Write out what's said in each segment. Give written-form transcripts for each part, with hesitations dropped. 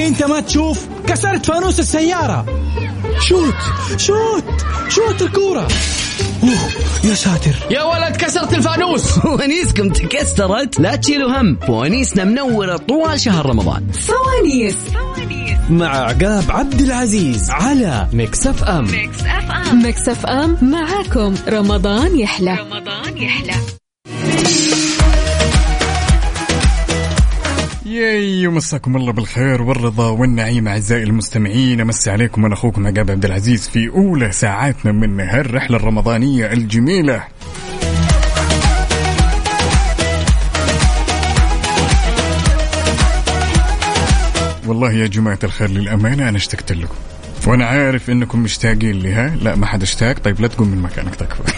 انت ما تشوف؟ كسرت فانوس السيارة. شوت الكورة. يا ساتر يا ولد، كسرت الفانوس. فوانيسكم تكسرت؟ لا تشيلوا هم، فوانيسنا منورة طوال شهر رمضان. فوانيس مع عقاب عبد العزيز على ميكس اف ام. ميكس اف ام معاكم. رمضان يحلى. ياي مساكم الله بالخير والرضا والنعيم أعزائي المستمعين. أمسي عليكم أنا أخوكم عقاب عبد العزيز في أولى ساعاتنا من هالرحلة الرمضانية الجميلة. والله يا جماعة الخير للأمانة أنا اشتقت لكم، وأنا عارف إنكم مشتاقين لي. ها لا ما حد اشتاق. طيب لا تقوم من مكانك تكفى.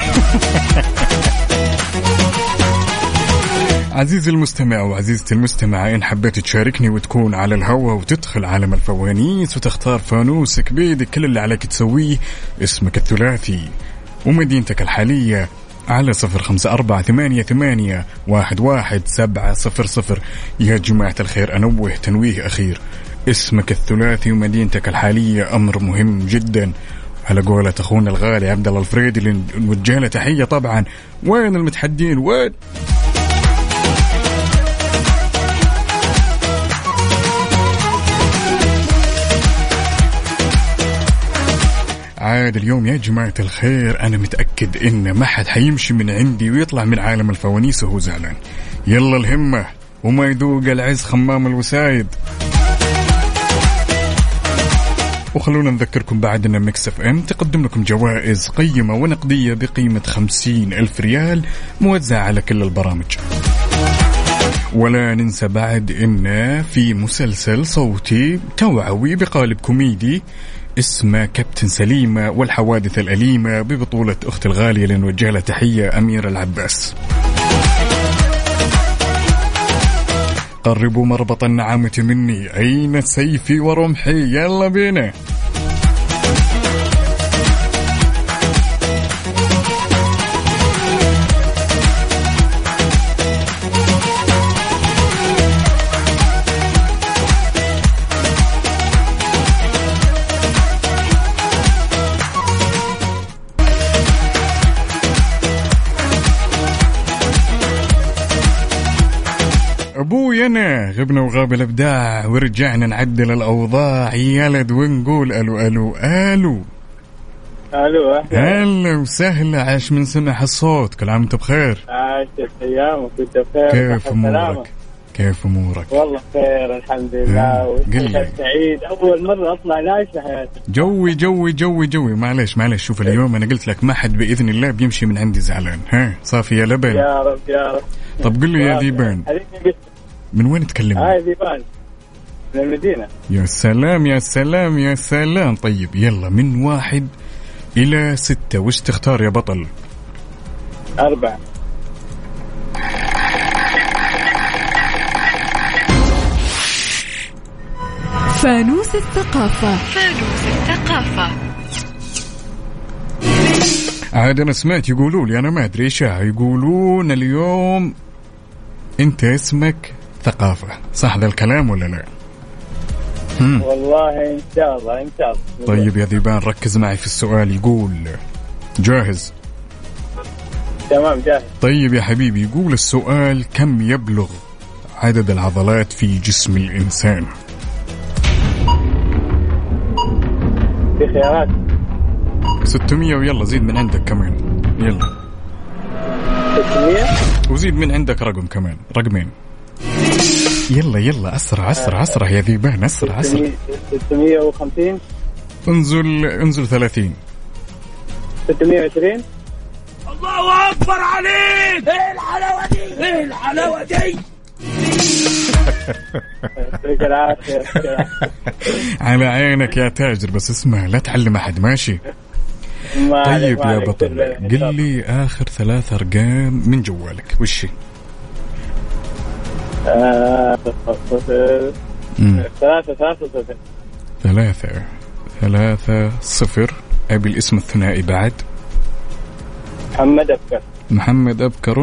عزيزي المستمع وعزيزتي المستمعة، إن حبيت تشاركني وتكون على الهواء وتدخل عالم الفوانيس وتختار فانوسك بيدك، كل اللي عليك تسويه اسمك الثلاثي ومدينتك الحالية على 0548811700. يا جماعة الخير أنوه تنويه أخير، اسمك الثلاثي ومدينتك الحالية أمر مهم جدا. على قولة أخونا الغالي عبد الله الفريدي اللي نوجه له تحية طبعا. وين المتحدين وين؟ عاد اليوم يا جماعة الخير أنا متأكد إن ما حد حيمشي من عندي ويطلع من عالم الفوانيس وهو زعلان. يلا الهمة وما يذوق العز خمام الوسايد. وخلونا نذكركم بعد أن ميكس اف ام تقدم لكم جوائز قيمة ونقدية بقيمة 50,000 ريال موزعة على كل البرامج. ولا ننسى بعد إن في مسلسل صوتي توعوي بقالب كوميدي اسمه كابتن سليمة والحوادث الأليمة ببطولة أخت الغالية اللي نوجه لها تحية أميرة العباس. قربوا مربط النعامة مني، أين سيفي ورمحي؟ يلا بينا. أبوي أنا غبنا وغاب الإبداع ورجعنا نعدل الأوضاع يالد ونقول ألو ألو ألو ألو. هلا وسهلا، عاش من سمع الصوت. كل عام وأنت بخير. عاش أيامك وأنت بخير. كيف أمورك؟ كيف أمورك؟ والله خير الحمد لله. سعيد أول مرة أطلع لايف في حياتي. جوي معلش شوف اليوم أنا قلت لك ما حد بإذن الله بيمشي من عندي زعلان. ها صافي يا لبن. يا رب. طب قل لي يا ذيبان من وين تكلمني؟ ذيبان من المدينة. يا سلام. طيب يلا من 1 إلى 6 وش تختار يا بطل؟ 4. فانوس الثقافة. عاد أنا سمعت يقولوا لي، أنا ما أدري إيشها، يقولون اليوم أنت اسمك ثقافة، صح ذا الكلام ولا لا؟ والله إن شاء الله. طيب يا ذيبان ركز معي في السؤال. يقول جاهز؟ تمام جاهز. طيب يا حبيبي يقول السؤال كم يبلغ عدد العضلات في جسم الإنسان؟ في خيارات 600 ويلا زيد من عندك كمان. يلا 600 وزيد من عندك رقم كمان، رقمين. يلا أسرع يا ذيبان، أسرع 650. انزل 30. 620. الله أكبر عليك. ايه الحلاوة دي. على عينك يا تاجر، بس اسمع لا تعلم أحد ماشي. طيب يا بطل قل لي آخر 3 أرقام من جوالك وشي؟ 3-0. أبي الاسم الثنائي بعد. محمد أبكر.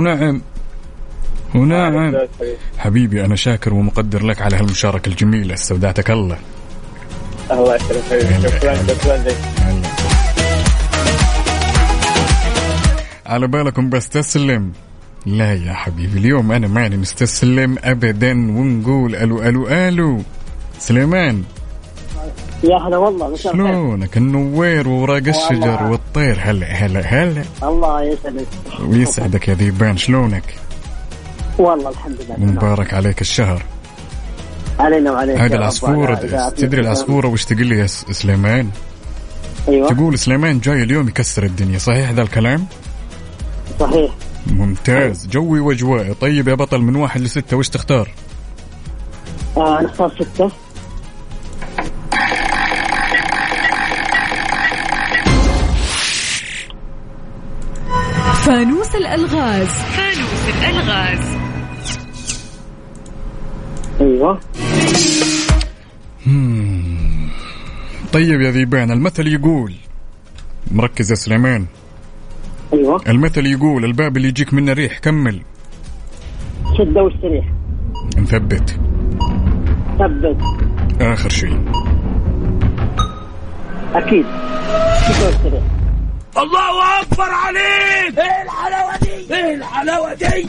ونعم حبيبي أنا شاكر ومقدر لك على هالمشاركة الجميلة، استودعتك الله. الله يسلمك. شكرا لك. على بالكم بستسلم؟ لا يا حبيبي، اليوم أنا ماني مستسلم أبدا، ونقول ألو ألو ألو. سليمان يا هلا والله، شلونك؟ النوير ووراق الشجر والطير. هلا هلا هلا. الله يسعدك ويسعدك يا ذيبان، شلونك؟ والله الحمد لله. مبارك عليك الشهر. علينا وعليك. هذا العصفورة، تدري العصفورة وش تقول لي يا سليمان؟ أيوة. تقول سليمان جاي اليوم يكسر الدنيا، صحيح هذا الكلام؟ صحيح. ممتاز، جوي وجوائي. طيب يا بطل، من 1 ل 6 وش تختار؟ نختار 6. فانوس الألغاز. أيوة. طيب يا ذيبان، المثل يقول، مركز يا سليمان؟ أيوة. المثل يقول الباب اللي يجيك منه ريح، كمل. شدة واستريح. نثبت. ثبت. آخر شيء. أكيد. شدة واستريح. الله أكبر عليك. ايه الحلاوة دي، ايه الحلاوة دي.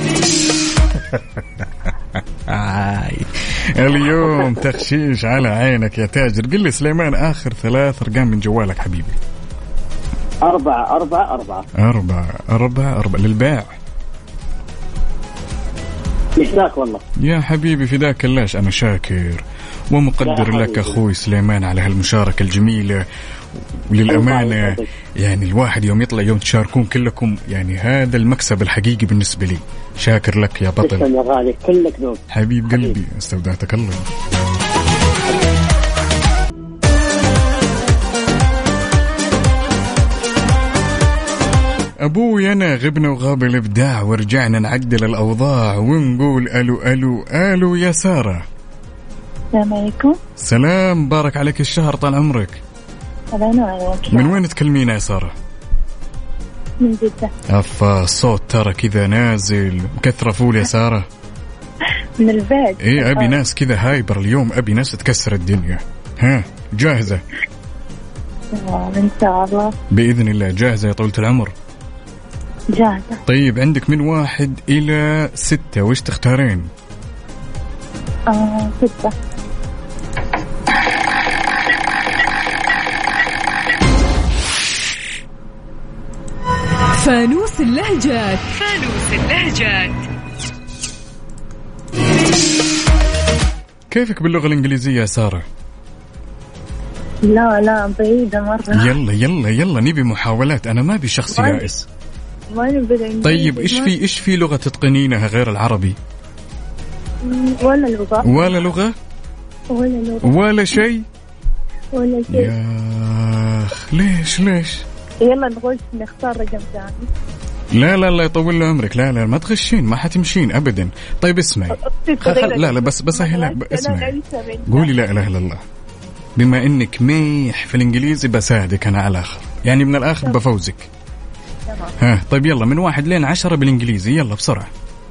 اليوم تخشيش على عينك يا تاجر. قل لي سليمان، آخر 3 أرقام من جوالك حبيبي. 4 للبيع. يحتاك والله يا حبيبي، فداك اللاش، أنا شاكر ومقدر لك أخوي سليمان على هالمشاركة الجميلة. وللأمانة يعني الواحد يوم يطلع يوم تشاركون كلكم، يعني هذا المكسب الحقيقي بالنسبة لي. شاكر لك يا بطل. يا غالي، كلك ذوق حبيب قلبي، استودعتك الله. أبوي أنا غبنا وغاب الإبداع، ورجعنا نعدل الأوضاع ونقول ألو ألو ألو. يا سارة، السلام عليكم. سلام، بارك عليك الشهر، طال عمرك. من وين تكلمينا يا سارة؟ من جدة. أفا الصوت ترى كذا نازل مكثرة فول يا سارة. من البيت. إيه، أبي ناس كذا هايبر اليوم، أبي ناس تكسر الدنيا. ها، جاهزة؟ إن شاء الله. بإذن الله جاهزة يا طولة العمر؟ جاهزة. طيب عندك من 1 إلى 6 وش تختارين؟ 6. فانوس اللهجات. كيفك باللغة الإنجليزية يا سارة؟ لا بعيدة مرة. يلا نبي محاولات، أنا ما بي شخص يائس. طيب إيش في لغة تتقنينها غير العربي؟ ولا لغة. ولا شيء. يا أخ، ليش؟ يلا نقول نختار رقم ثاني. لا يطول له عمرك. لا ما تغشين، ما حتمشين أبدا. طيب اسمعي. لا بس هلا اسمعي. قولي لا إله إلا الله. بما إنك ميح في الإنجليزي بساعدك أنا على الآخر، يعني من الآخر بفوزك. ها طيب يلا، من 1 لين 10 بالإنجليزي، يلا بسرعة.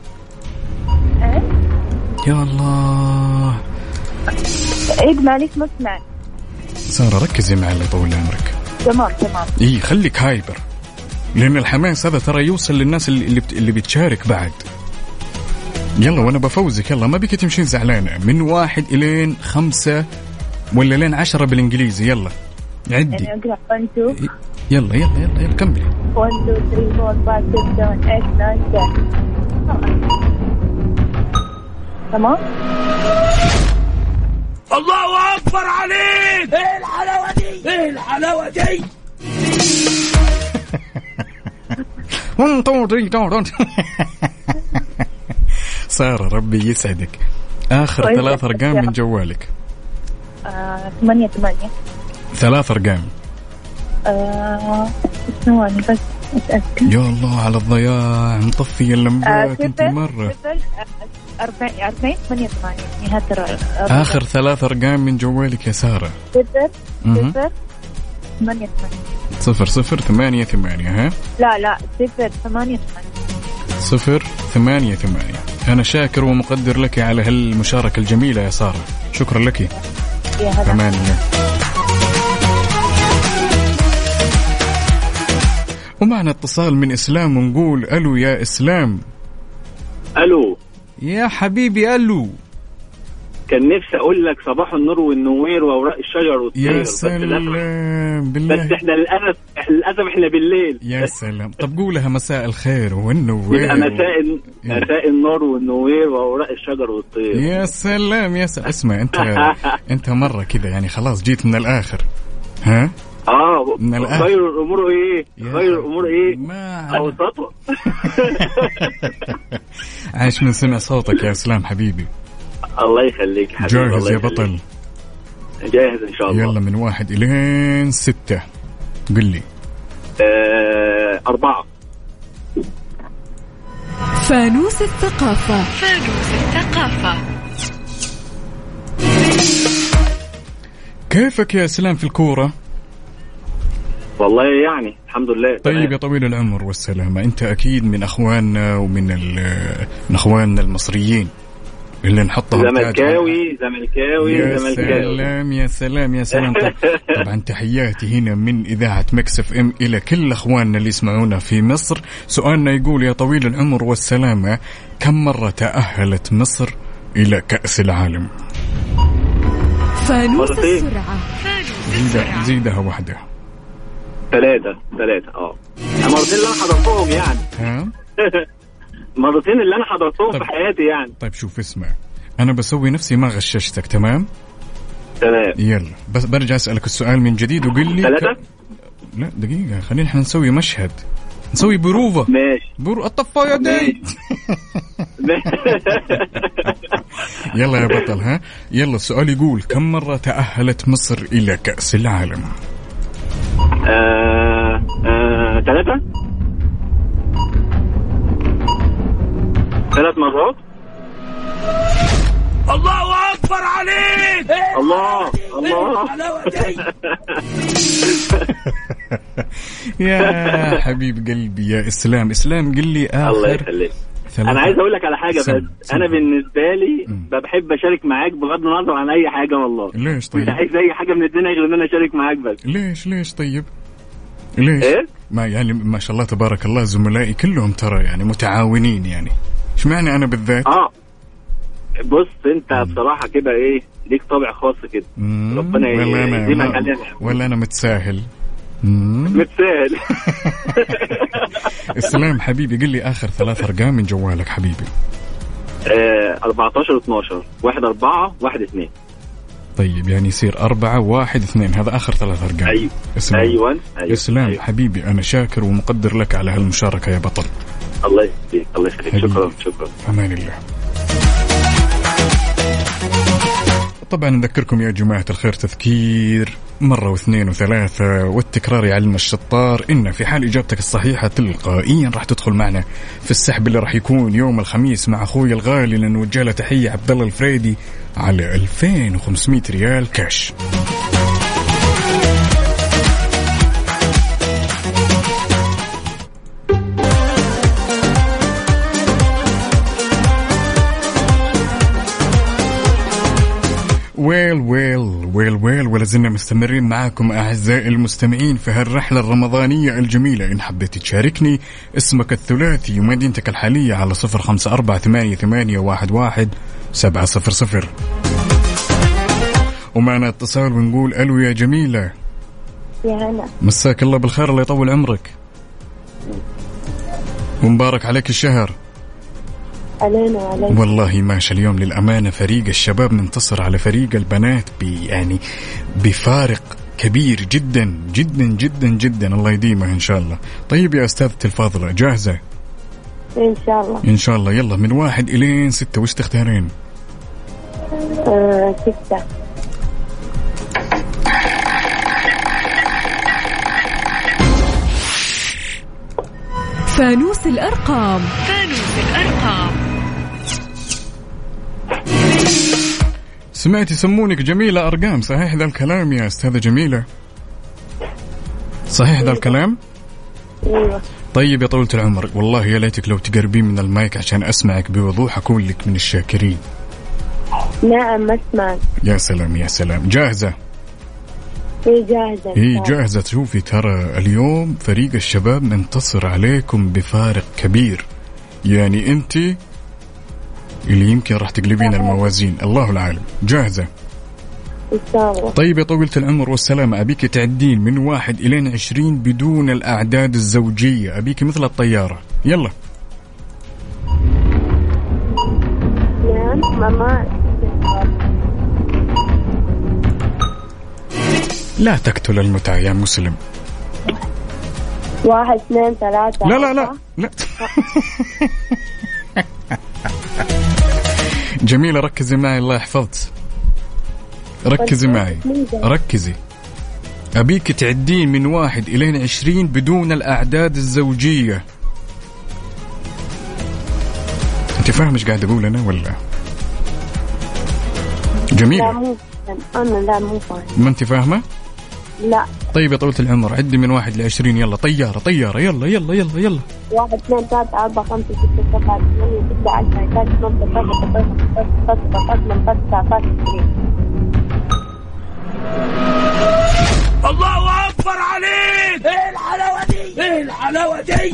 يا الله. عيد معليش ما سمعت. سارة ركزي معي الله يطول عمرك. تمام. إيه خليك هايبر، لأن الحماس هذا ترى يوصل للناس اللي بتشارك بعد. يلا وأنا بفوزك. يلا ما بيك تمشين زعلانة. من 1 إلين 5 ولا لين 10 بالإنجليزي. يلا عدي. يلا كملي. 1 2 3 4 5 6 7 8 9 10. تمام. الله أكبر عليك. ايه الحلاوة دي. سارة ربي يسعدك، آخر 3 أرقام من جوالك. 8. 3 أرقام. ثواني بس أتأكد. يا الله على الضياع، مطفي اللمبات انت مرة. 40 8 8. آخر 3 أرقام من جوالك يا سارة. 0 8 0 8 8. ها لا 0 8 8. 0 8 8. أنا شاكر ومقدر لك على هالمشاركة الجميلة يا سارة، شكرا لك. يا هلا. كمان ومعنا اتصال من إسلام ونقول ألو يا إسلام. الو يا حبيبي ألو. كان نفسي اقول لك صباح النور والنوير واوراق الشجر والطير. يا سلام بالله. بس احنا للاسف احنا بالليل. يا سلام. طب قولها مساء الخير والنوير. يبقى مساء النور والنوير واوراق الشجر والطير. يا سلام يا سلام. اسمع انت مرة كذا يعني خلاص جيت من الآخر. ها من الآخر. غير الأمور إيه ما أوسطه. عايش من سمع صوتك يا إسلام حبيبي. الله يخليك حبيبي. جاهز يا بطل؟ جاهز إن شاء الله. يلا من 1 إلى 6 قل لي. 4. فانوس الثقافة. كيفك يا إسلام في الكورة؟ والله يعني الحمد لله. طيب يا طويل العمر والسلامة، أنت أكيد من أخواننا ومن من أخواننا المصريين اللي نحطهم. زملكاوي. يا سلام. طبعا تحياتي هنا من إذاعة ميكس اف ام إلى كل أخواننا اللي يسمعونا في مصر. سؤالنا يقول يا طويل العمر والسلامة، كم مرة تأهلت مصر إلى كأس العالم؟ فانوس السرعة. زيدها واحدة. 3. مرتين اللي أنا حضرتهم يعني. مرتين اللي أنا حضرتهم في حياتي يعني. طيب شوف اسمع، أنا بسوي نفسي ما غششتك. تمام. يلا بس برجع أسألك السؤال من جديد وقل لي 3. لا دقيقة، خلينا احنا نسوي مشهد، نسوي بروفة. ماشي. الطفاية دي. يلا يا بطل. ها يلا السؤال يقول كم مرة تأهلت مصر إلى كأس العالم؟ 3 مرات. الله أكبر عليك. الله يا حبيب قلبي يا إسلام قل لي آخر. الله يخليك. أنا عايز أقول لك على حاجة بس أنا بالنسبة لي بحب أشارك معاك بغض النظر عن أي حاجة والله. ليش طيب؟ مش عايز أي حاجة من الدنيا غير إن أنا أشارك معاك بس. ليش طيب؟ ليش؟ إيه؟ ما يعني ما شاء الله تبارك الله زملائي كلهم ترى يعني متعاونين يعني. إيش معنى أنا بالذات؟ بص أنت بصراحة كده إيه ليك طابع خاص كده. ربنا يديمك علينا. ولا أنا متساهل؟ متساهل. إسلام حبيبي قل لي آخر 3 أرقام من جوالك حبيبي. 14 12 1 4 1 2. طيب يعني يصير 4 1 2. هذا آخر 3 أرقام. أيوة. إسلام أيوة. حبيبي أنا شاكر ومقدر لك على هالمشاركة يا بطل. الله يخليك. شكرا. أمان الله. طبعا نذكركم يا جماعة الخير تذكير مرة واثنين وثلاثة والتكرار يعلم الشطار، إن في حال إجابتك الصحيحة تلقائيا راح تدخل معنا في السحب اللي راح يكون يوم الخميس مع أخوي الغالي اللي نوجه له تحية عبد الله الفريدي على 2500 ريال كاش. ويل ولازلنا مستمرين معاكم أعزائي المستمعين في هالرحلة الرمضانية الجميلة. إن حبيت تشاركني اسمك الثلاثي ومدينتك الحالية على 0548811700. ومعنا اتصال ونقول ألو يا جميلة. يا هلا. مساك الله بالخير، الله يطول عمرك ومبارك عليك الشهر. علينا. والله ماشي اليوم للأمانة فريق الشباب منتصر على فريق البنات يعني بفارق كبير جدا جدا جدا جدا. الله يديمه إن شاء الله. طيب يا أستاذتي الفاضلة جاهزة؟ إن شاء الله. يلا من 1 إلى 6 وش تختارين؟ 6. فانوس الأرقام. سمعت يسمونك جميلة أرقام، صحيح ذا الكلام يا أستاذة جميلة؟ صحيح ذا الكلام؟ أيوة. طيب يا طولة العمر والله يا ليتك لو تقربين من المايك عشان أسمعك بوضوح أكون لك من الشاكرين. نعم ما سمعت. يا سلام يا سلام. جاهزة؟ إيه جاهزة. إيه جاهزة. شوفي ترى اليوم فريق الشباب منتصر عليكم بفارق كبير، يعني أنت اللي يمكن راح تقلبين الموازين، الله العالم. جاهزة؟ طيب يا طويلة العمر والسلامة، أبيك تعدين من 1 إلى 20 بدون الأعداد الزوجية، أبيك مثل الطيارة. يلا. ماما لا تقتل المتعة يا مسلم. 1 2 3. لا لا لا لا. جميلة ركزي معي الله يحفظك، ركزي معي ركزي. أبيك تعدين من 1 إلى 20 بدون الأعداد الزوجية. أنت فاهم إيش قاعد أقول أنا ولا؟ جميلة. لا مو أنا لا مو فاهم. ما أنت فاهمة؟ لا. طيب يا طويلة العمر عدي من 1 ل 20. يلا طيارة طيارة. يلا يلا يلا يلا. 1 2 3 4 5 6 7 8 9 10 11 12 الله أكبر عليك. إيه الحلاوة دي؟ إيه الحلاوة دي؟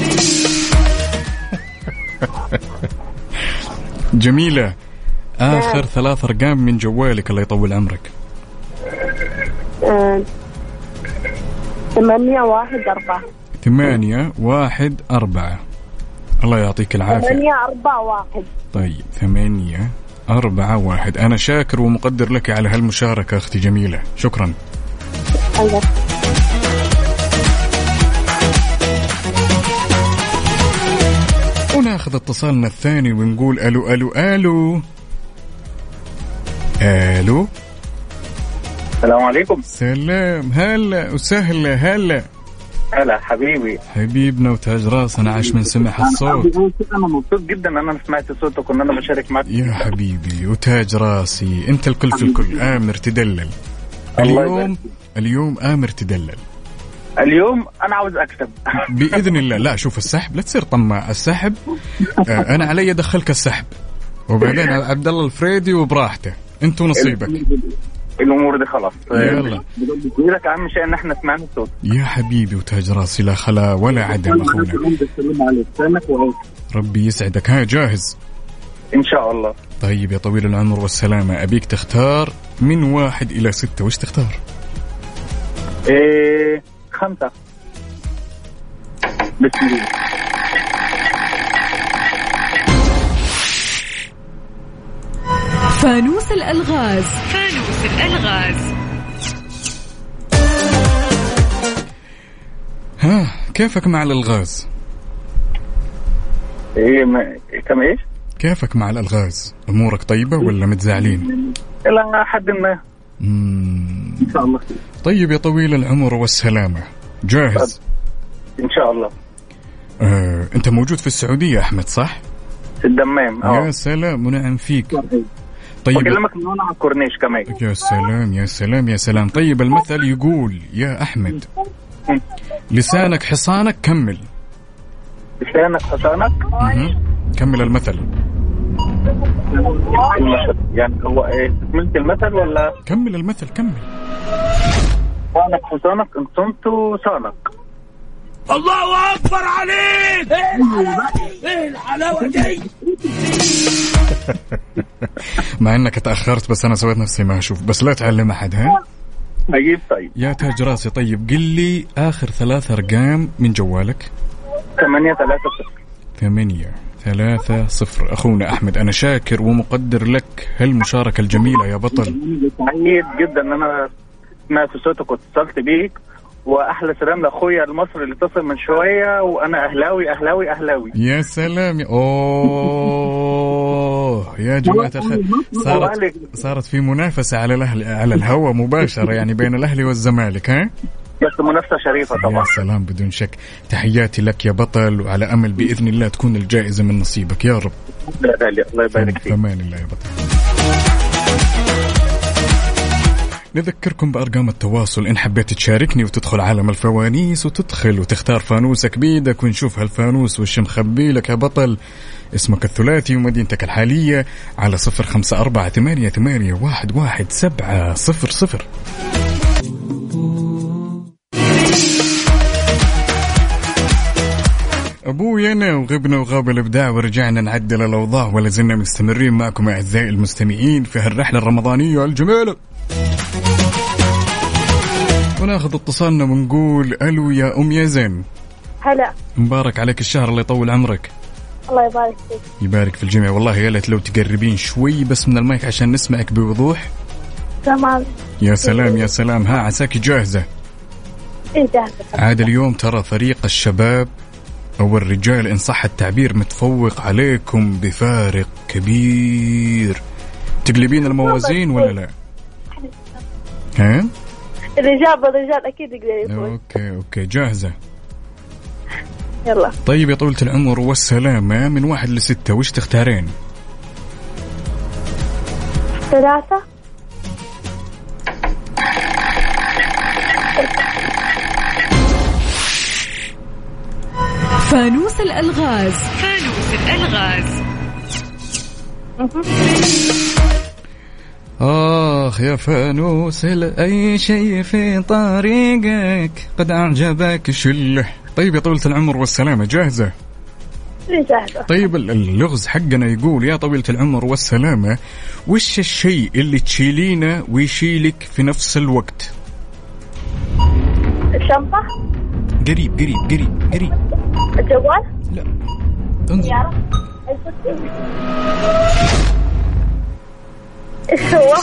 جميلة. آخر 3 أرقام من جوالك الله يطول عمرك. 8 1 4. 8 1 4. الله يعطيك العافية. 8 4 1. طيب 8 4 1. أنا شاكر ومقدر لك على هالمشاركة أختي جميلة، شكرا. الله. وناخذ اتصالنا الثاني ونقول ألو ألو ألو ألو. السلام عليكم. سلام. هلا وسهلا. هلا هلا حبيبي. حبيبنا وتاج راسنا، عاش من سمع الصوت. أنا مبسوط جدا أن أنا سمعت صوتك وأن أنا بشارك معك. يا حبيبي وتاج راسي، أنت الكل في الكل. آمر تدلل اليوم آمر تدلل. اليوم أنا عاوز أكسب بإذن الله. لا شوف السحب لا تصير طماع. السحب أنا علي أدخلك السحب، وبعدين عبد الله الفريدي وبراحته، أنتوا نصيبك. الأمور دي خلاص. يلا لك أهم شيء إن إحنا سمعنا الصوت. يا حبيبي وتاج راسي، لا خلا ولا عدم أخونا. ربي يسعدك. ها جاهز؟ إن شاء الله. طيب يا طويل العمر والسلامة، أبيك تختار من 1 إلى 6. وش تختار؟ 5. بسم الله. فانوس الألغاز. ها كيفك مع الألغاز؟ كم إيش؟ كيفك مع الألغاز؟ أمورك طيبة ولا متزعلين؟ إلى حد ما. إن شاء الله. طيب يا طويل العمر والسلامة، جاهز؟ إن شاء الله. أنت موجود في السعودية أحمد صح؟ في الدمام. يا سلام ونعم فيك. طيب أكلمك من هنا على الكورنيش كمان. يا سلام يا سلام يا سلام. طيب المثل يقول يا أحمد لسانك حصانك. كمل. لسانك حصانك. كمل المثل. يعني هو تكملة المثل ولا؟ كمل المثل كمل. لسانك حصانك إن صمت صانك. الله أكبر عليك. إيه الحلاوة دي؟ إيه الحلاوة دي؟ مع انك تأخرت بس انا سويت نفسي ما اشوف، بس لا تعلم احد. ها أجيب. طيب يا تاج راسي، طيب قل لي اخر 3 أرقام من جوالك. 830. اخونا احمد انا شاكر ومقدر لك هالمشاركة الجميلة يا بطل. سعيد جدا ان انا سمعت صوتك واتصلت بيك، واحلى سلام لاخويا المصري اللي اتصل من شويه، وانا اهلاوي اهلاوي اهلاوي. يا سلام. اوه يا جماعه الخير، صارت في منافسه على الاهلي على الهواء مباشره، يعني بين الاهلي والزمالك. ها بس منافسه شريفه طبعا. يا سلام بدون شك. تحياتي لك يا بطل، وعلى امل باذن الله تكون الجائزه من نصيبك يا رب. الله يبارك فيك. امان الله يا بطل. نذكركم بأرقام التواصل إن حبيت تشاركني وتدخل عالم الفوانيس وتدخل وتختار فانوسك بيدك ونشوف هالفانوس وش مخبي لك يا بطل، اسمك الثلاثي ومدينتك الحالية على 0548811700. أبوي أنا وغبنا وغاب الإبداع ورجعنا نعدل الأوضاع ولا زلنا مستمرين معكم أعزائي المستمعين في هالرحلة الرمضانية الجميلة. وناخذ اتصالنا ونقول ألو يا أم يزن. هلا. مبارك عليك الشهر، الله يطول عمرك. الله يبارك فيك. يبارك في الجميع. والله يا ليت لو تقربين شوي بس من المايك عشان نسمعك بوضوح. تمام. يا سلام يا سلام. ها عساكي جاهزة؟ إيه جاهزة. عاد اليوم ترى فريق الشباب أو الرجال إن صح التعبير متفوق عليكم بفارق كبير. تقلبين الموازين ولا لا؟ ها؟ الرجال أكيد يقدر. أوكي جاهزة؟ يلا. طيب يا طولة العمر والسلامة، من 1 ل6 وش تختارين؟ 3. فانوس الألغاز. آخ يا فانوس أي شيء في طريقك قد أعجبك شله. طيب يا طويلة العمر والسلامة جاهزة؟ جاهزة. طيب اللغز حقنا يقول يا طويلة العمر والسلامة، وش الشيء اللي تشيلينه ويشيلك في نفس الوقت؟ الشنطة. قريب. الجوال. لا انظر. ايش هو؟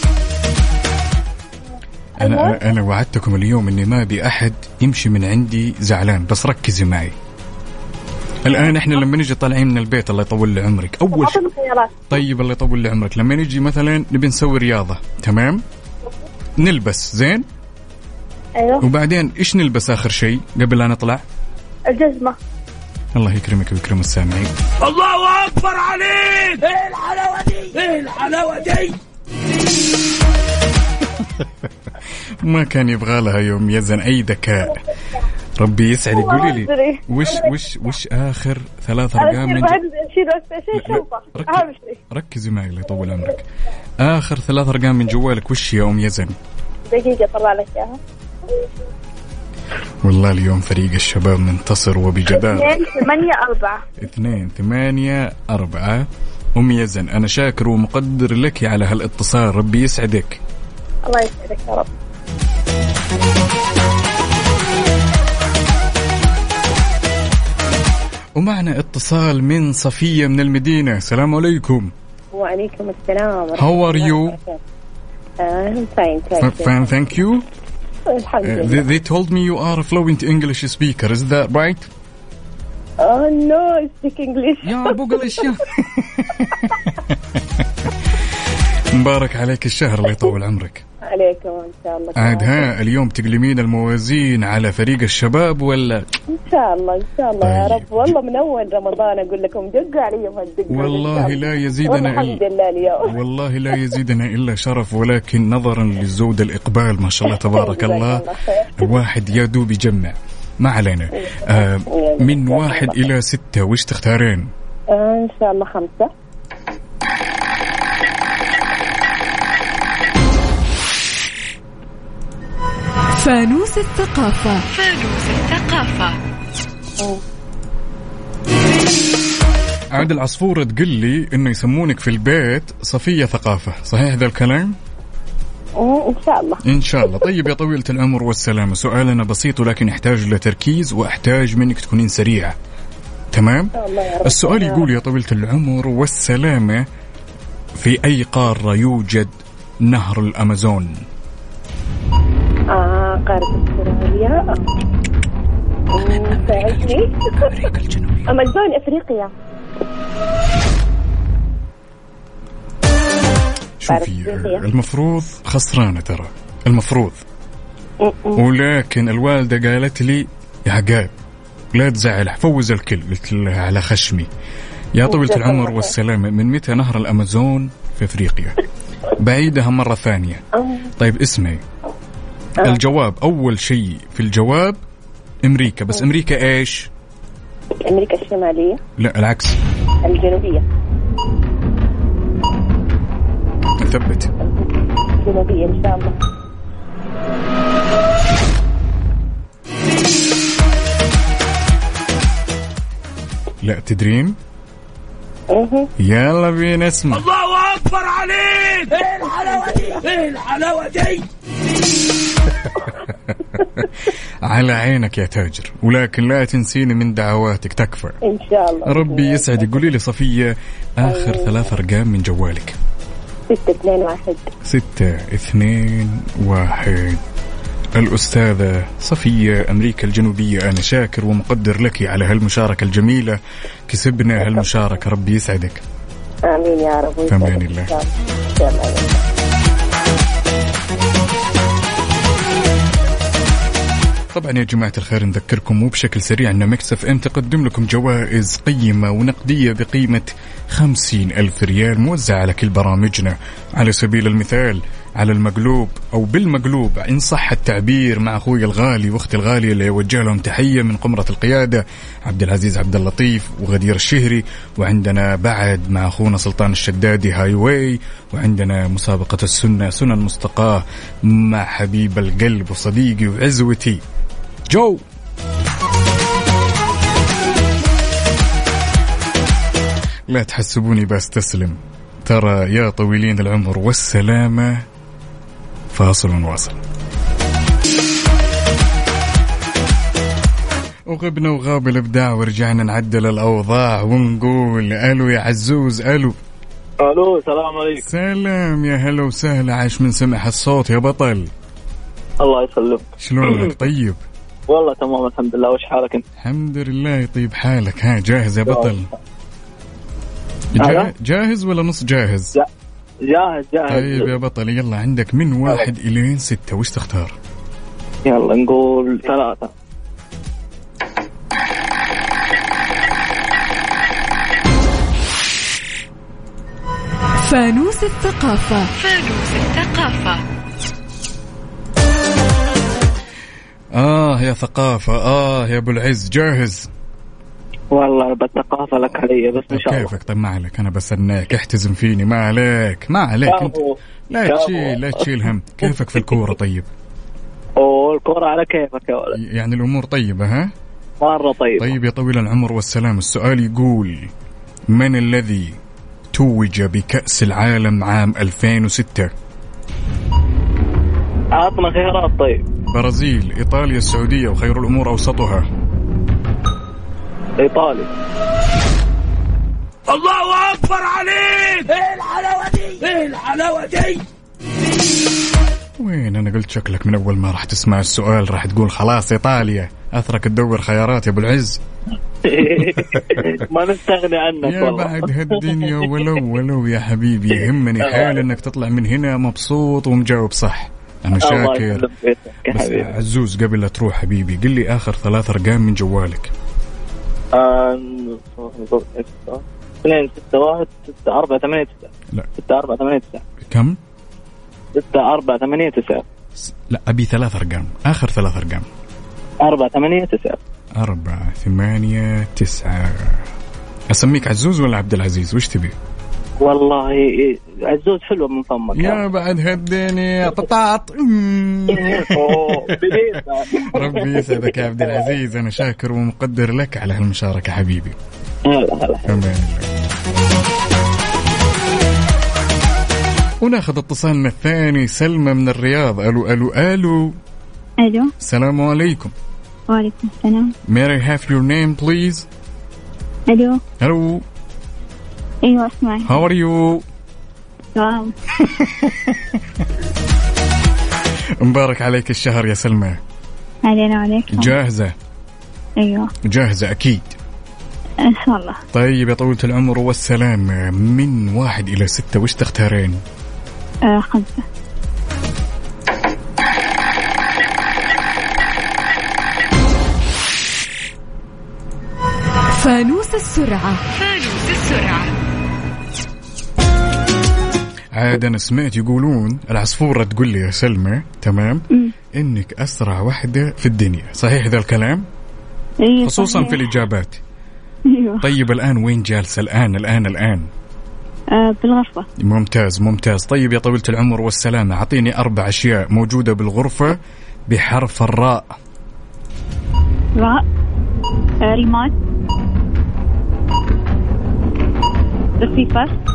أنا وعدتكم اليوم إني ما بي أحد يمشي من عندي زعلان، بس ركزي معي. الآن إحنا لما نجي طالعين من البيت الله يطول لي عمرك أول شيء. طيب الله يطول لي عمرك، لما نجي مثلا نبي نسوي رياضة، تمام؟ نلبس زين. أيوه. وبعدين إيش نلبس آخر شيء قبل لا نطلع؟ الجزمة. الله يكرمك ويكرم السامعين. الله أكبر عليك. إيه الحلاوة دي، إيه الحلاوة دي. ما كان يبغى لها يوم يزن أي ذكاء. ربي يسعدك. قولي لي وش آخر 3 أرقام من ركزي معي الله يطول عمرك. آخر 3 أرقام من جوالك وش يا أم يزن؟ دقيقة طلع لك إياها. والله اليوم فريق الشباب منتصر وبجدارة. 2-8-4. أم يزن أنا شاكر ومقدر لك على هالاتصال، ربي يسعدك. الله يسعدك يا رب. ومعنا اتصال من صفية من المدينة. السلام عليكم. وعليكم السلام. How are you? Fine, thank you. They told me you are a fluent English speaker. Is that right? Oh no, I speak English. يا بوغلش يا. مبارك عليك الشهر الله يطول عمرك. عليكم إن شاء الله. عاد ها اليوم تقلمين الموازين على فريق الشباب ولا؟ إن شاء الله طيب. يا رب. والله من أول رمضان أقول لكم دقوا عليهم هالدقة. والله لا يزيدنا الحمد لله اليوم. والله لا يزيدنا إلا شرف، ولكن نظرا للزود الإقبال ما شاء الله تبارك الله الواحد يا دوب يجمع. ما علينا. من 1 إلى 6 وش تختارين؟ إن شاء الله 5. فانوس الثقافة. عاد العصفورة تقول لي إنه يسمونك في البيت صفية ثقافة، صحيح ذا الكلام؟ إن شاء الله. إن شاء الله. طيب يا طويلة العمر والسلامة، سؤالنا بسيط ولكن يحتاج لتركيز وأحتاج منك تكونين سريعة، تمام؟ السؤال يقول يا طويلة العمر والسلامة، في أي قارة يوجد نهر الأمازون؟ قارة استراليا. ساعدني. أمازون أفريقيا. شوفي المفروض خسرانة ترى المفروض، ولكن الوالدة قالت لي يا عقاب لا تزعل فوز الكل. قلت لها على خشمي. يا طويلة العمر والسلامة، من متى نهر الأمازون في أفريقيا؟ بعيدها مرة ثانية. طيب اسمعي، الجواب أول شيء في الجواب أمريكا، بس أمريكا إيش؟ أمريكا الشمالية. لا العكس، الجنوبية. نثبت. الجنوبية إن شاء الله. لا تدرين؟ يلا بينا نسمع. الله أكبر عليك. إيه الحلاوة دي، إيه الحلاوة دي. على عينك يا تاجر، ولكن لا تنسيني من دعواتك تكفى إن شاء الله. ربي يسعدك. قولي لي صفية آخر 3 أرقام من جوالك. 621. 621. الأستاذة صفية أمريكا الجنوبية، أنا شاكر ومقدر لك على هالمشاركة الجميلة، كسبنا هالمشاركة، ربي يسعدك. آمين يا رب. فمان الله. طبعا يا جماعة الخير نذكركم وبشكل سريع أن ميكس اف ام تقدم لكم جوائز قيمة ونقدية بقيمة 50,000 ريال موزعة على كل برامجنا. على سبيل المثال على المقلوب أو بالمقلوب إن صح التعبير، مع أخوي الغالي وأختي الغالية اللي يوجه لهم تحية من قمرة القيادة عبد العزيز عبد اللطيف وغدير الشهري، وعندنا بعد مع أخونا سلطان الشدادي هاي واي، وعندنا مسابقة السنة سنن مستقاة مع حبيب القلب وصديقي وعزوتي جو. لا تحسبوني بستسلم، ترى يا طويلين العمر والسلامة فاصل ونواصل. وغبنا وغاب الإبداع ورجعنا نعدل الأوضاع ونقول ألو يا عزوز. ألو. ألو السلام عليكم. سلام يا هلا وسهلا، عاش من سمع الصوت يا بطل. الله يسلمك. شلونك؟ طيب والله تمام الحمد لله. وش حالك انت؟ الحمد لله يطيب حالك. ها جاهز يا بطل؟ جاهز ولا نص جاهز؟ جاهز. طيب يا بطل يلا، عندك من 1 إلى 6 وش تختار؟ يلا نقول 3. فانوس الثقافة. يا ثقافة. يا أبو العز جاهز؟ والله بالثقافة لك علي بس إن شاء الله. كيفك؟ طيب ما عليك، أنا بسناك احتزم فيني، ما عليك انت لا تشيل هم. كيفك في الكورة؟ طيب الكورة على كيفك يا ولد. يعني الأمور طيبة؟ ها مرة طيب يا طويل العمر والسلام. السؤال يقول من الذي توج بكأس العالم عام 2006؟ عطنا خيارات. طيب برازيل، إيطاليا، السعودية، وخير الأمور أوسطها. إيطاليا. الله أكبر عليك. إيه الحلاوة دي، إيه الحلاوة دي. وين أنا قلت شكلك من أول ما راح تسمع السؤال راح تقول خلاص إيطاليا، أثرك تدور خيارات يا أبو العز. ما نستغني عنك يا والله. بعد هالدنيا ولو يا حبيبي يهمني حال أنك تطلع من هنا مبسوط ومجاوب صح. أنا شاكر. بس عزوز قبل لا تروح حبيبي قل لي آخر 3 أرقام من جوالك. 2 6 1 6 4 8 9. لا 6 4 8 9. كم؟ 6 4 8 9. لا أبي 3 أرقام، آخر 3 أرقام. 4 8 9. 4 8 9. أسميك عزوز ولا عبد العزيز وش تبي؟ والله عزوز حلوة من فمك يا بعد هديني طاط. ربي يسعدك يا عبد العزيز، أنا شاكر ومقدر لك على هالمشاركة حبيبي. هلا. وناخذ اتصالنا الثاني سلمى من الرياض. ألو. السلام عليكم. وعليكم السلام. May I have your name please? Hello. أيوة اسمعي. How are you? واو. مبارك عليك الشهر يا سلمى. علينا وعليك. جاهزة؟ أيوة جاهزة أكيد إن شاء الله. طيب يا طويلة العمر والسلام، من 1 إلى 6 وش تختارين؟ 5. فانوس السرعة. عاد أنا سمعت يقولون العصفورة تقول لي يا سلمى تمام إنك أسرع واحدة في الدنيا، صحيح ذا الكلام؟ خصوصا صحيح. في الإجابات. طيب الآن وين جالسة الآن؟ بالغرفة. ممتاز. طيب يا طويلة العمر والسلامة، أعطيني 4 أشياء موجودة بالغرفة بحرف الراء. راء، ريموت، رسيفر،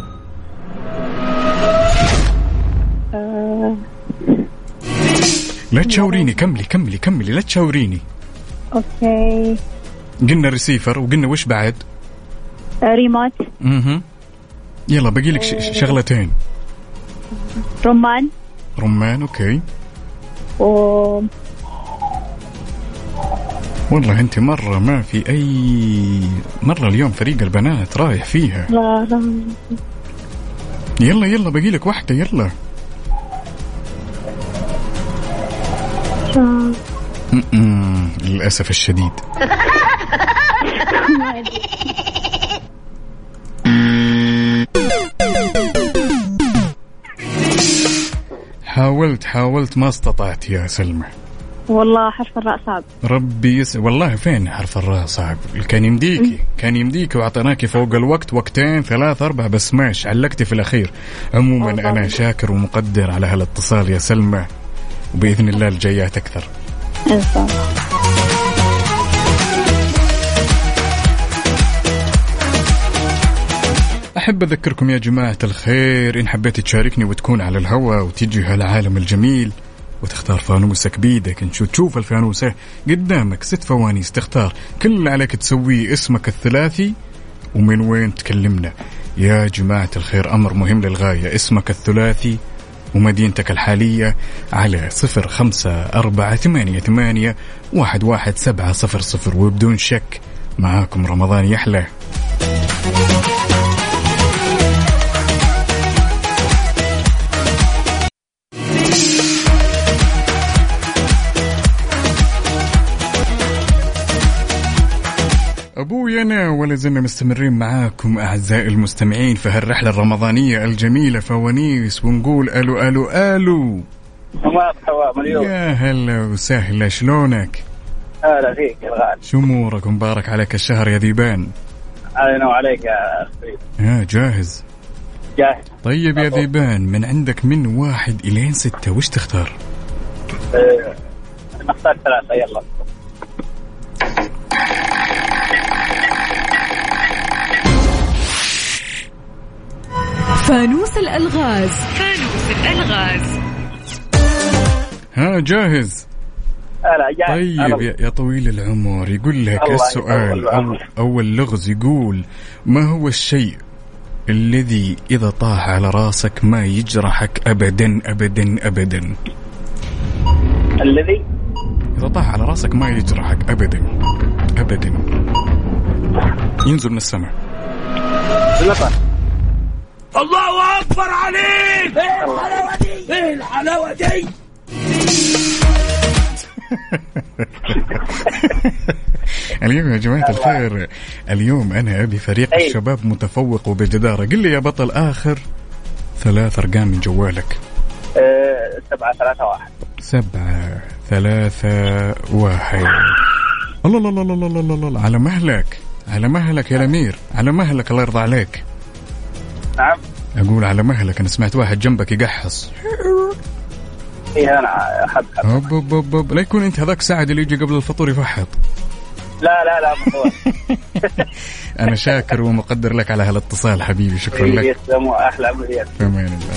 لا تشاوريني، كملي لا تشاوريني. اوكي، قلنا رسيفر وقلنا وش بعد؟ ريموت. يلا باقي لك شغلتين. رمان. اوكي. والله انت مرة ما في اي مرة اليوم فريق البنات رايح فيها. لا. يلا باقي لك واحدة يلا. للأسف الشديد. حاولت ما استطعت يا سلمى. والله حرف الراء صعب. ربي والله فين حرف الراء صعب؟ كان يمديكي وعطيناكي فوق الوقت 2 3 4 بس ماشي علقتي في الأخير. عموما أنا شاكر ومقدر على هالاتصال يا سلمى، وبإذن الله الجايات أكثر. أحب أذكركم يا جماعة الخير، إن حبيت تشاركني وتكون على الهواء وتجي هالعالم الجميل وتختار فانوسك بيدك، تشوف الفانوسة قدامك 6 فوانيس تختار، كل اللي عليك تسويه اسمك الثلاثي ومن وين تكلمنا. يا جماعة الخير أمر مهم للغاية، اسمك الثلاثي ومدينتك الحالية على 0548811700 وبدون شك معاكم رمضان يحلى. أبوي أنا ولا زلنا مستمرين معاكم أعزائي المستمعين في هالرحلة الرمضانية الجميلة فوانيس، ونقول ألو ألو ألو. يا هلا وسهلا، شلونك؟ هلا فيك يا الغالي. شو أمورك؟ مبارك عليك الشهر يا ذيبان. علينا وعليك يا أخي. جاهز؟ جاهز. طيب يا ذيبان، من عندك من 1 إلى 6 وش تختار؟ نختار 3 يلا. فانوس الألغاز. جاهز؟ طيب يا طويل العمر، يقول لك السؤال أول لغز يقول: ما هو الشيء الذي إذا طاح على راسك ما يجرحك أبدا أبدا أبدا؟ الذي إذا طاح على راسك ما يجرحك أبدا أبدا، ينزل من السماء. الله أكبر عليك. ايه الحلاوة دي. اليوم يا جماعة الخير، اليوم أنا أبي فريق الشباب متفوق وبجدارة. قل لي يا بطل آخر 3 أرقام من جوالك. 731. 731. الله الله الله الله الله الله، على مهلك على مهلك يا الأمير، على مهلك الله يرضى عليك. نعم أقول على مهلك، أنا سمعت واحد جنبك يقحص. إيه أنا أحب. لا يكون أنت هذاك سعد اللي يجي قبل الفطور يفحط. لا أنا شاكر ومقدر لك على هالاتصال حبيبي، شكرا لك. يسلموا، أحلى عمليات. في أمان الله.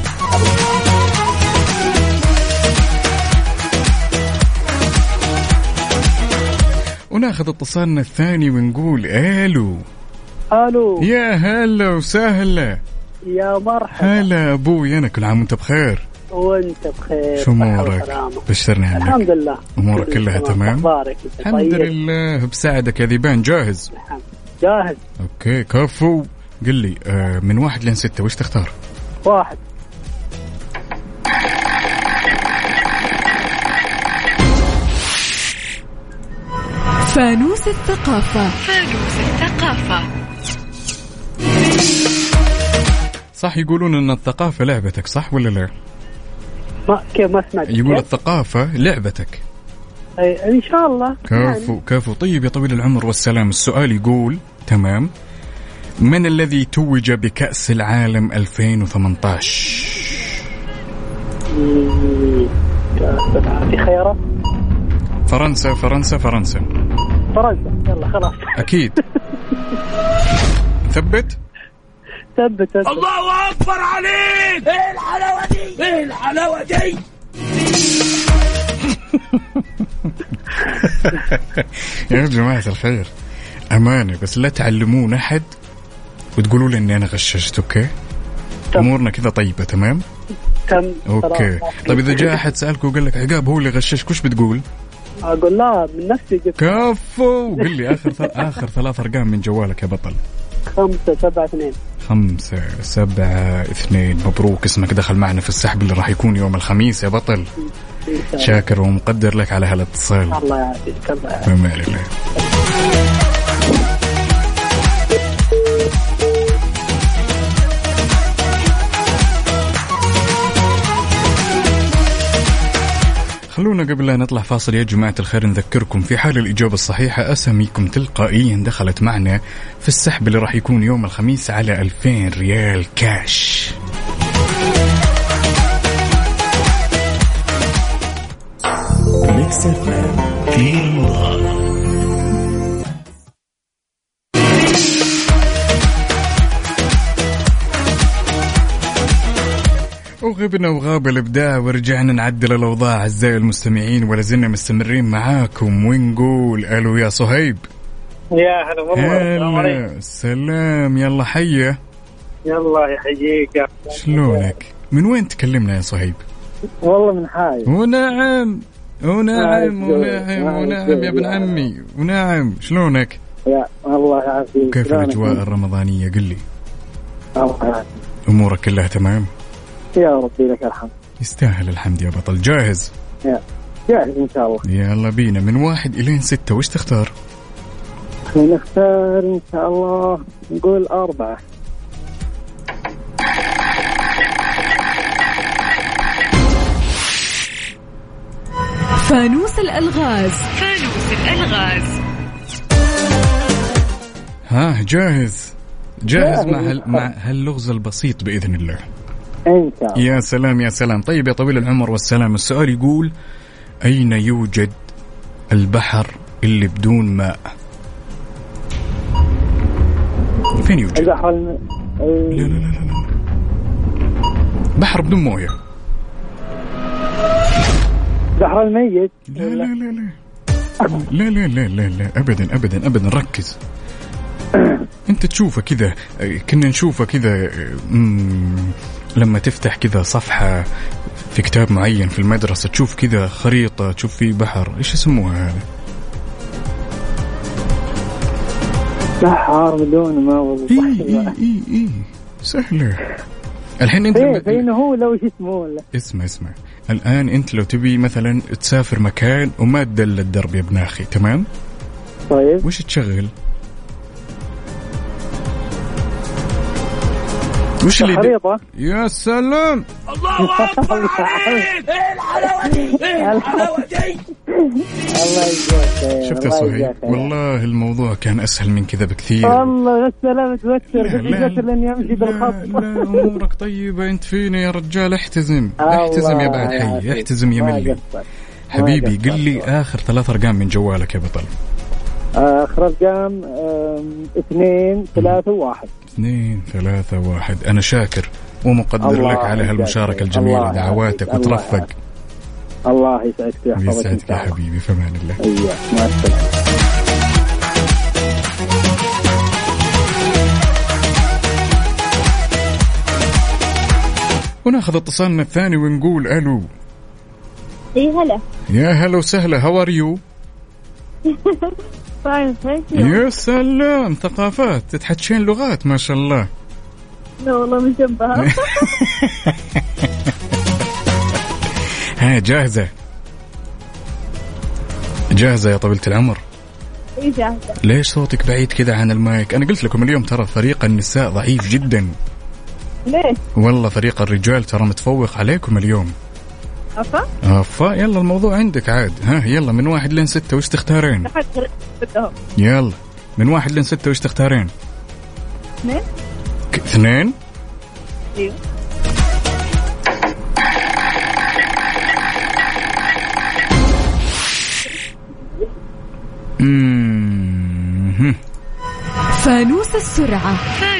وناخذ اتصالنا الثاني ونقول ألو. يا هلا وسهلا. يا مرحبا. هلا أبوي، أنا كل عام وأنت بخير. وأنت بخير. شو أمورك؟ بشرني عنك. الحمد لله. أمورك كلها تمام؟ الحمد لله. بساعدك يا ذيبان. جاهز؟ جاهز. أوكي كفو. قل لي من 1 إلى 6 وش تختار؟ 1. فانوس الثقافة. صح يقولون ان الثقافة لعبتك، صح ولا لا؟ كيف ما سمعت؟ يقول الثقافة لعبتك. ان شاء الله. كفو. طيب يا طويل العمر والسلام، السؤال يقول تمام، من الذي توج بكأس العالم 2018؟ في خيارات. فرنسا. يلا خلاص. أكيد. ثبت. الله أكبر عليك. ايه الحلاوة دي. يا جماعة الخير أمانة، بس لا تعلمون أحد وتقولوا لي أني أنا غششت. أوكي، أمورنا كذا طيبة. تمام. أوكي. طيب إذا جاء أحد سألك وقال لك عقاب هو اللي غششك، وش بتقول؟ أقول لا من نفسي جبت. كفو. قل لي آخر 3 أرقام من جوالك يا بطل. 572. 572. مبروك، اسمك دخل معنا في السحب اللي راح يكون يوم الخميس يا بطل. شاكر ومقدر لك على هالاتصال. الله يعافيك. بما الله. خلونا قبل لا نطلع فاصل يا جماعة الخير نذكركم في حال الإجابة الصحيحة أساميكم تلقائيا دخلت معنا في السحب اللي راح يكون يوم الخميس على 2000 ريال كاش. وغبنا وغاب الإبداع ورجعنا نعدل الأوضاع. أعزائي المستمعين ولا زلنا مستمرين معاكم ونقول ألو يا صهيب. يا هلا والله. السلام. يلا حيا. يلا يحييك. شلونك؟ من وين تكلمنا يا صهيب؟ والله من حايل. ونعم يا ابن عمي. ونعم. شلونك؟ يا الله يعافيك. كيف الأجواء الرمضانية؟ قل لي. الله يعافيك. أمورك كلها تمام؟ يا ربي لك الحمد. يستاهل الحمد يا بطل. جاهز؟ جاهز إن شاء الله. يلا بينا من 1 إلى 6. وش تختار؟ نختار إن شاء الله نقول 4. فانوس الألغاز. ها جاهز مع هاللغز البسيط بإذن الله. إن شاء الله. يا سلام يا سلام. طيب يا طويل العمر والسلام، السؤال يقول أين يوجد البحر اللي بدون ماء؟ فين يوجد؟ البحر لا بحر بدون موية. بحر الميت. لا أبدا ركز. أنت تشوفه كذا، كنا نشوفه كذا لما تفتح كذا صفحة في كتاب معين في المدرسة، تشوف كذا خريطة تشوف فيه بحر. إيش يسموها هذا؟ بحر بدون ما والله. إيه سهلة. الحين أنت فين هو لو إيش اسمه ولا؟ اسمع الآن أنت لو تبي مثلا تسافر مكان وما تدل الدرب يا ابن أخي، تمام؟ طيب وش تشغل؟ وش اللي خريطة؟ يا سلام. الله أكبر عليك. ايه الحلاوة دي. الله يجزاك. شفت يا صهيب والله الموضوع كان أسهل من كذا بكثير. والله السلام توتر لاني امشي بالخط. لا امورك طيبة انت فيني يا رجال. احتزم يا بعد حي. احتزم يا ملي حبيبي. قل لي آخر 3 أرقام من جوالك يا بطل. آخر أرقام 2 3 1. 2 3 1. أنا شاكر ومقدر لك على هالمشاركة الجميلة. دعواتك وترفق. الله يسعدك ويحفظك. يسعدك يا حبيبي. فمان الله. مع السلامة. وناخذ اتصالنا الثاني ونقول ألو. هلا. يا هلا وسهلا. How are you؟ يا سلام. ثقافات تتحدثين لغات ما شاء الله. لا والله مشبهة. ها جاهزة يا طويلة العمر؟ ايه جاهزة. ليش صوتك بعيد كذا عن المايك؟ أنا قلت لكم اليوم ترى فريق النساء ضعيف جدا. ليه؟ والله فريق الرجال ترى متفوق عليكم اليوم. أفا يلا الموضوع عندك عاد. ها يلا من 1 لين 6 وش تختارين؟ يلا من 1 لين 6 وش تختارين؟ 2. 2؟ ايوه. فانوس السرعة.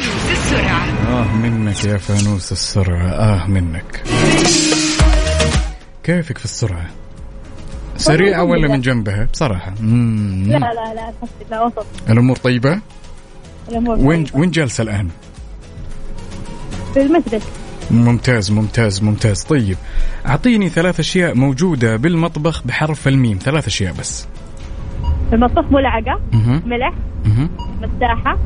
منك يا فانوس السرعة. منك. كيفك في السرعة؟ سريعة ولا من جنبها بصراحة؟ لا وسط. الأمور طيبة؟ وين جالسة الآن؟ في المسجد. ممتاز. طيب أعطيني 3 أشياء موجودة بالمطبخ بحرف الميم. 3 أشياء بس. في المطبخ ملعقة، ملح، مساحة.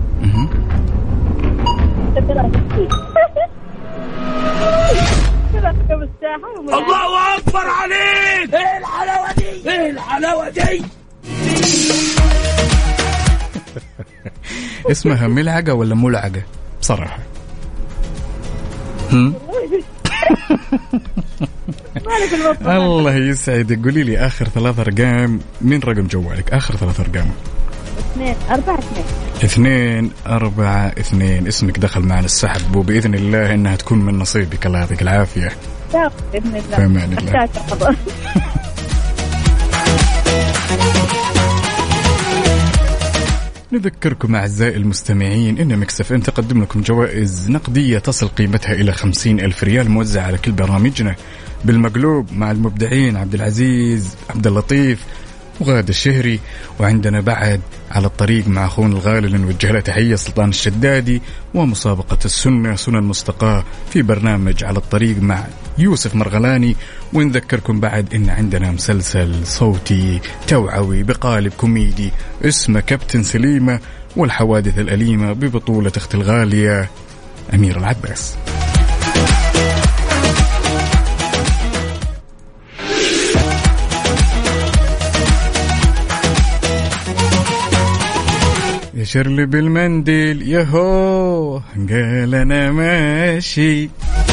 الله أكبر عليك. ايه الحلاوة دي. اسمها ملعقة ولا ملعقة بصراحة؟ الله يسعدك. قولي لي آخر 3 أرقام من رقم جوالك. آخر 3 أرقام. 242. اسمك دخل معنا السحب وبإذن الله إنها تكون من نصيبك. الله يعطيك العافية. بإذن الله. فمان الله. نذكركم أعزائي المستمعين إن ميكس اف ام تقدم لكم جوائز نقدية تصل قيمتها إلى 50,000 ريال موزعة على كل برامجنا بالمقلوب مع المبدعين عبد العزيز، عبد اللطيف وغادة الشهري. وعندنا بعد على الطريق مع أخونا الغالي اللي نوجه له تحية سلطان الشدادي، ومسابقة السنة سنن مستقاة في برنامج على الطريق مع يوسف مرغلاني. ونذكركم بعد إن عندنا مسلسل صوتي توعوي بقالب كوميدي اسمه كابتن سليمة والحوادث الأليمة ببطولة أخت الغالية أميرة العباس. يشر لي بالمنديل يهو قال أنا ماشي.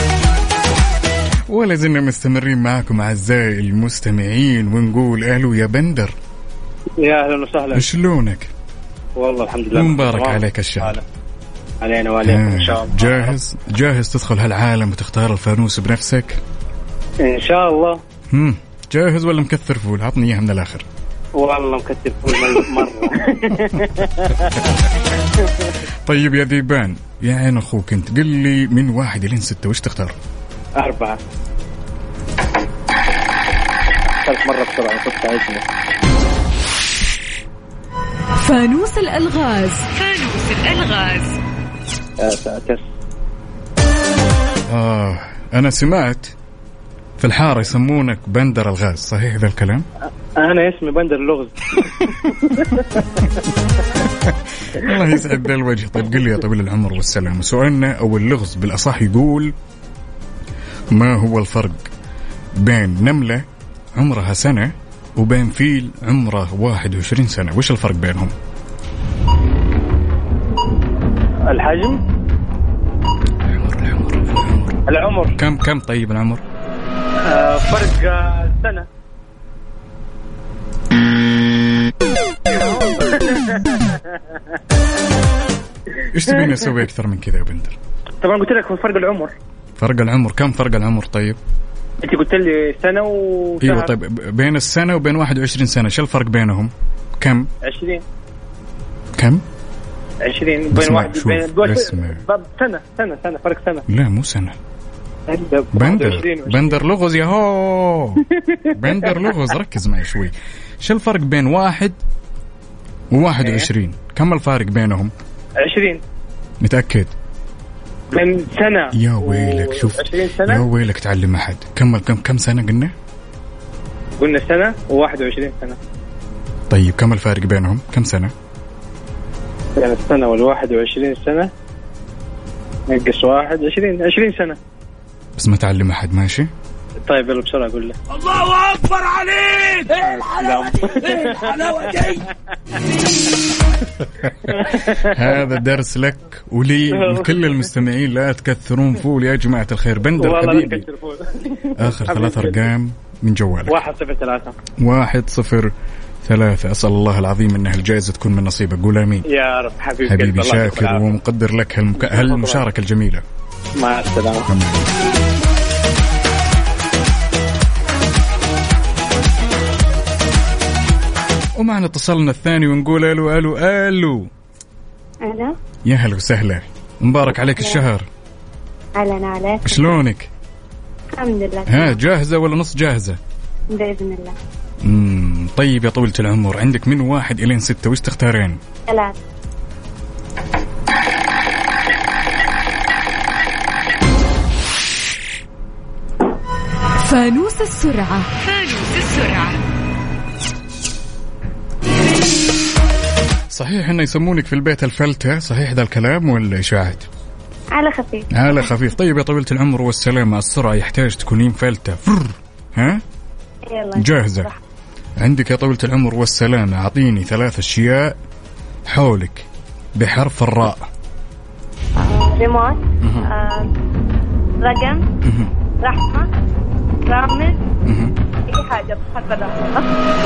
ولا زلنا مستمرين معكم أعزائي المستمعين ونقول أهلا يا بندر. يا أهلا وسهلا. شلونك؟ والله الحمد لله. مبارك عليك الشهر. علينا وعليكم إن شاء الله. جاهز تدخل هالعالم وتختار الفانوس بنفسك؟ إن شاء الله. جاهز ولا مكثر فول؟ عطني إياها من الآخر. والله مكثر فول مرة. طيب يا ذيبان يا عين أخوك أنت، قل لي من 1 لين 6 وش تختار؟ 4. ثالث مرة بسرعة كنت عايزني. فانوس الألغاز. أنا سمعت في الحارة يسمونك بندر الغاز، صحيح ذا الكلام؟ أنا اسمي بندر اللغز. الله يسعد ذا الوجه. طيب قل لي يا طويل العمر والسلام، سؤالنا أو اللغز بالأصح يقول: ما هو الفرق بين نملة عمرها سنة وبين فيل عمره 21 سنة؟ وش الفرق بينهم؟ الحجم. العمر. كم طيب العمر؟ فرق سنة. ايش تبين اسوي اكثر من كذا يا بندر؟ طبعا قلت لك فرق العمر. فرق العمر كم فرق العمر؟ طيب انت قلت لي سنة وشهر. ايوه طيب بين السنة وبين 21 سنة شو الفرق بينهم؟ كم؟ 20. كم؟ 20 بين واحد سنة فرق سنة. لا مو سنة. بندر لغز يا هو. بندر لغز. ركز معي شوي. شو الفرق بين 1 و21؟ كم الفارق بينهم؟ 20. متأكد؟ بين سنة يا ويلك. شوف 20 سنة. يا ويلك تعلم أحد. كم سنة قلنا سنة و21 سنة. طيب كم الفارق بينهم؟ كم سنة؟ يعني السنة وال21 سنة نقص 20 سنة. بس ما تعلم أحد. ماشي طيب يلا بسرعة أقول له. الله أكبر عليك. ايه الحلاوة دي. هذا درس لك ولي وكل المستمعين، لا تكثرون فول يا جماعة الخير. بندر حبيبي، آخر 3 أرقام من جوالك. 103. 103. أسأل الله العظيم أن الجائزة تكون من نصيبك. قول آمين يا رب. حبيبي شاكر ومقدر لك هالمشاركة الجميلة. مع السلامة. ومعنا اتصلنا الثاني ونقول ألو ألو ألو. أهلا. يا هلا وسهلا، مبارك عليك الشهر. أهلا عليك. شلونك؟ الحمد لله. ها جاهزة ولا نص جاهزة؟ بإذن الله. طيب يا طويلة العمر، عندك من 1 إلى 6 وش تختارين؟ 3. فانوس السرعة. صحيح إنه يسمونك في البيت الفلتة، صحيح ذا الكلام ولا إشاعات؟ على خفيف. على خفيف. طيب يا طويلة العمر والسلامة، السرعة يحتاج تكونين فلتة. ها؟ يلا جاهزة؟ عندك يا طويلة العمر والسلامة، أعطيني 3 أشياء حولك بحرف الراء. ريموت. رقم. رحمة. رامز. أي حاجة بحرف الراء.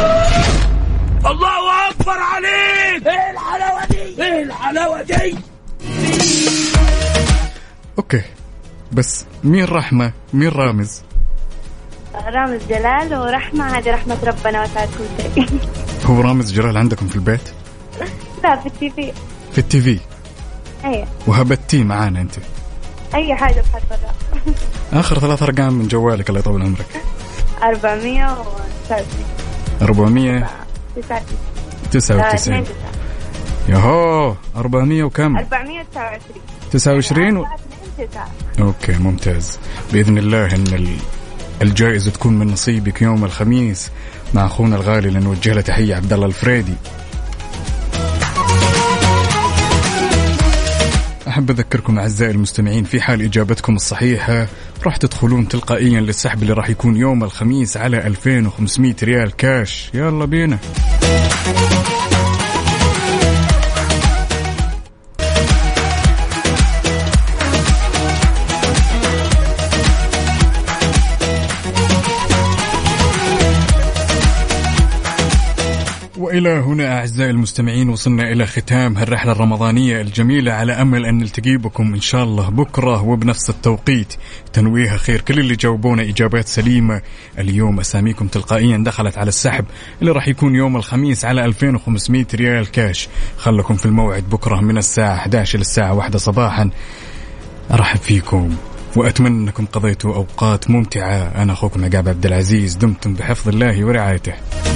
الله أكبر عليك. ايه الحلاوة دي، ايه الحلاوة دي. اوكي، بس مين رحمة مين رامز؟ رامز جلال، ورحمة هذه رحمة ربنا وسعت كل شيء. هو رامز جلال عندكم في البيت؟ لا، في التي في. في التي في. ايه. وهبتي معانا انت؟ اي حاجة بحرف الراء. اخر 3 أرقام من جوالك الله يطول عمرك. 499. 499. ياهو 400 وكم؟ 429. اوكي ممتاز. باذن الله ان الجائزة تكون من نصيبك يوم الخميس مع اخونا الغالي اللي نوجه له تحية، عبد الله الفريدي. أحب أذكركم أعزائي المستمعين، في حال إجابتكم الصحيحة راح تدخلون تلقائيا للسحب اللي راح يكون يوم الخميس على 2500 ريال كاش. يلا بينا. وإلى هنا أعزائي المستمعين وصلنا إلى ختام هالرحلة الرمضانية الجميلة، على أمل أن نلتقي بكم إن شاء الله بكرة وبنفس التوقيت. تنويه خير كل اللي جاوبونا إجابات سليمة اليوم، أساميكم تلقائيا دخلت على السحب اللي راح يكون يوم الخميس على 2500 ريال كاش. خلكم في الموعد بكرة من الساعة 11 للساعة 1 صباحا. أرحب فيكم وأتمنى أنكم قضيتوا أوقات ممتعة. أنا أخوكم عقاب عبد العزيز، دمتم بحفظ الله ورعايته.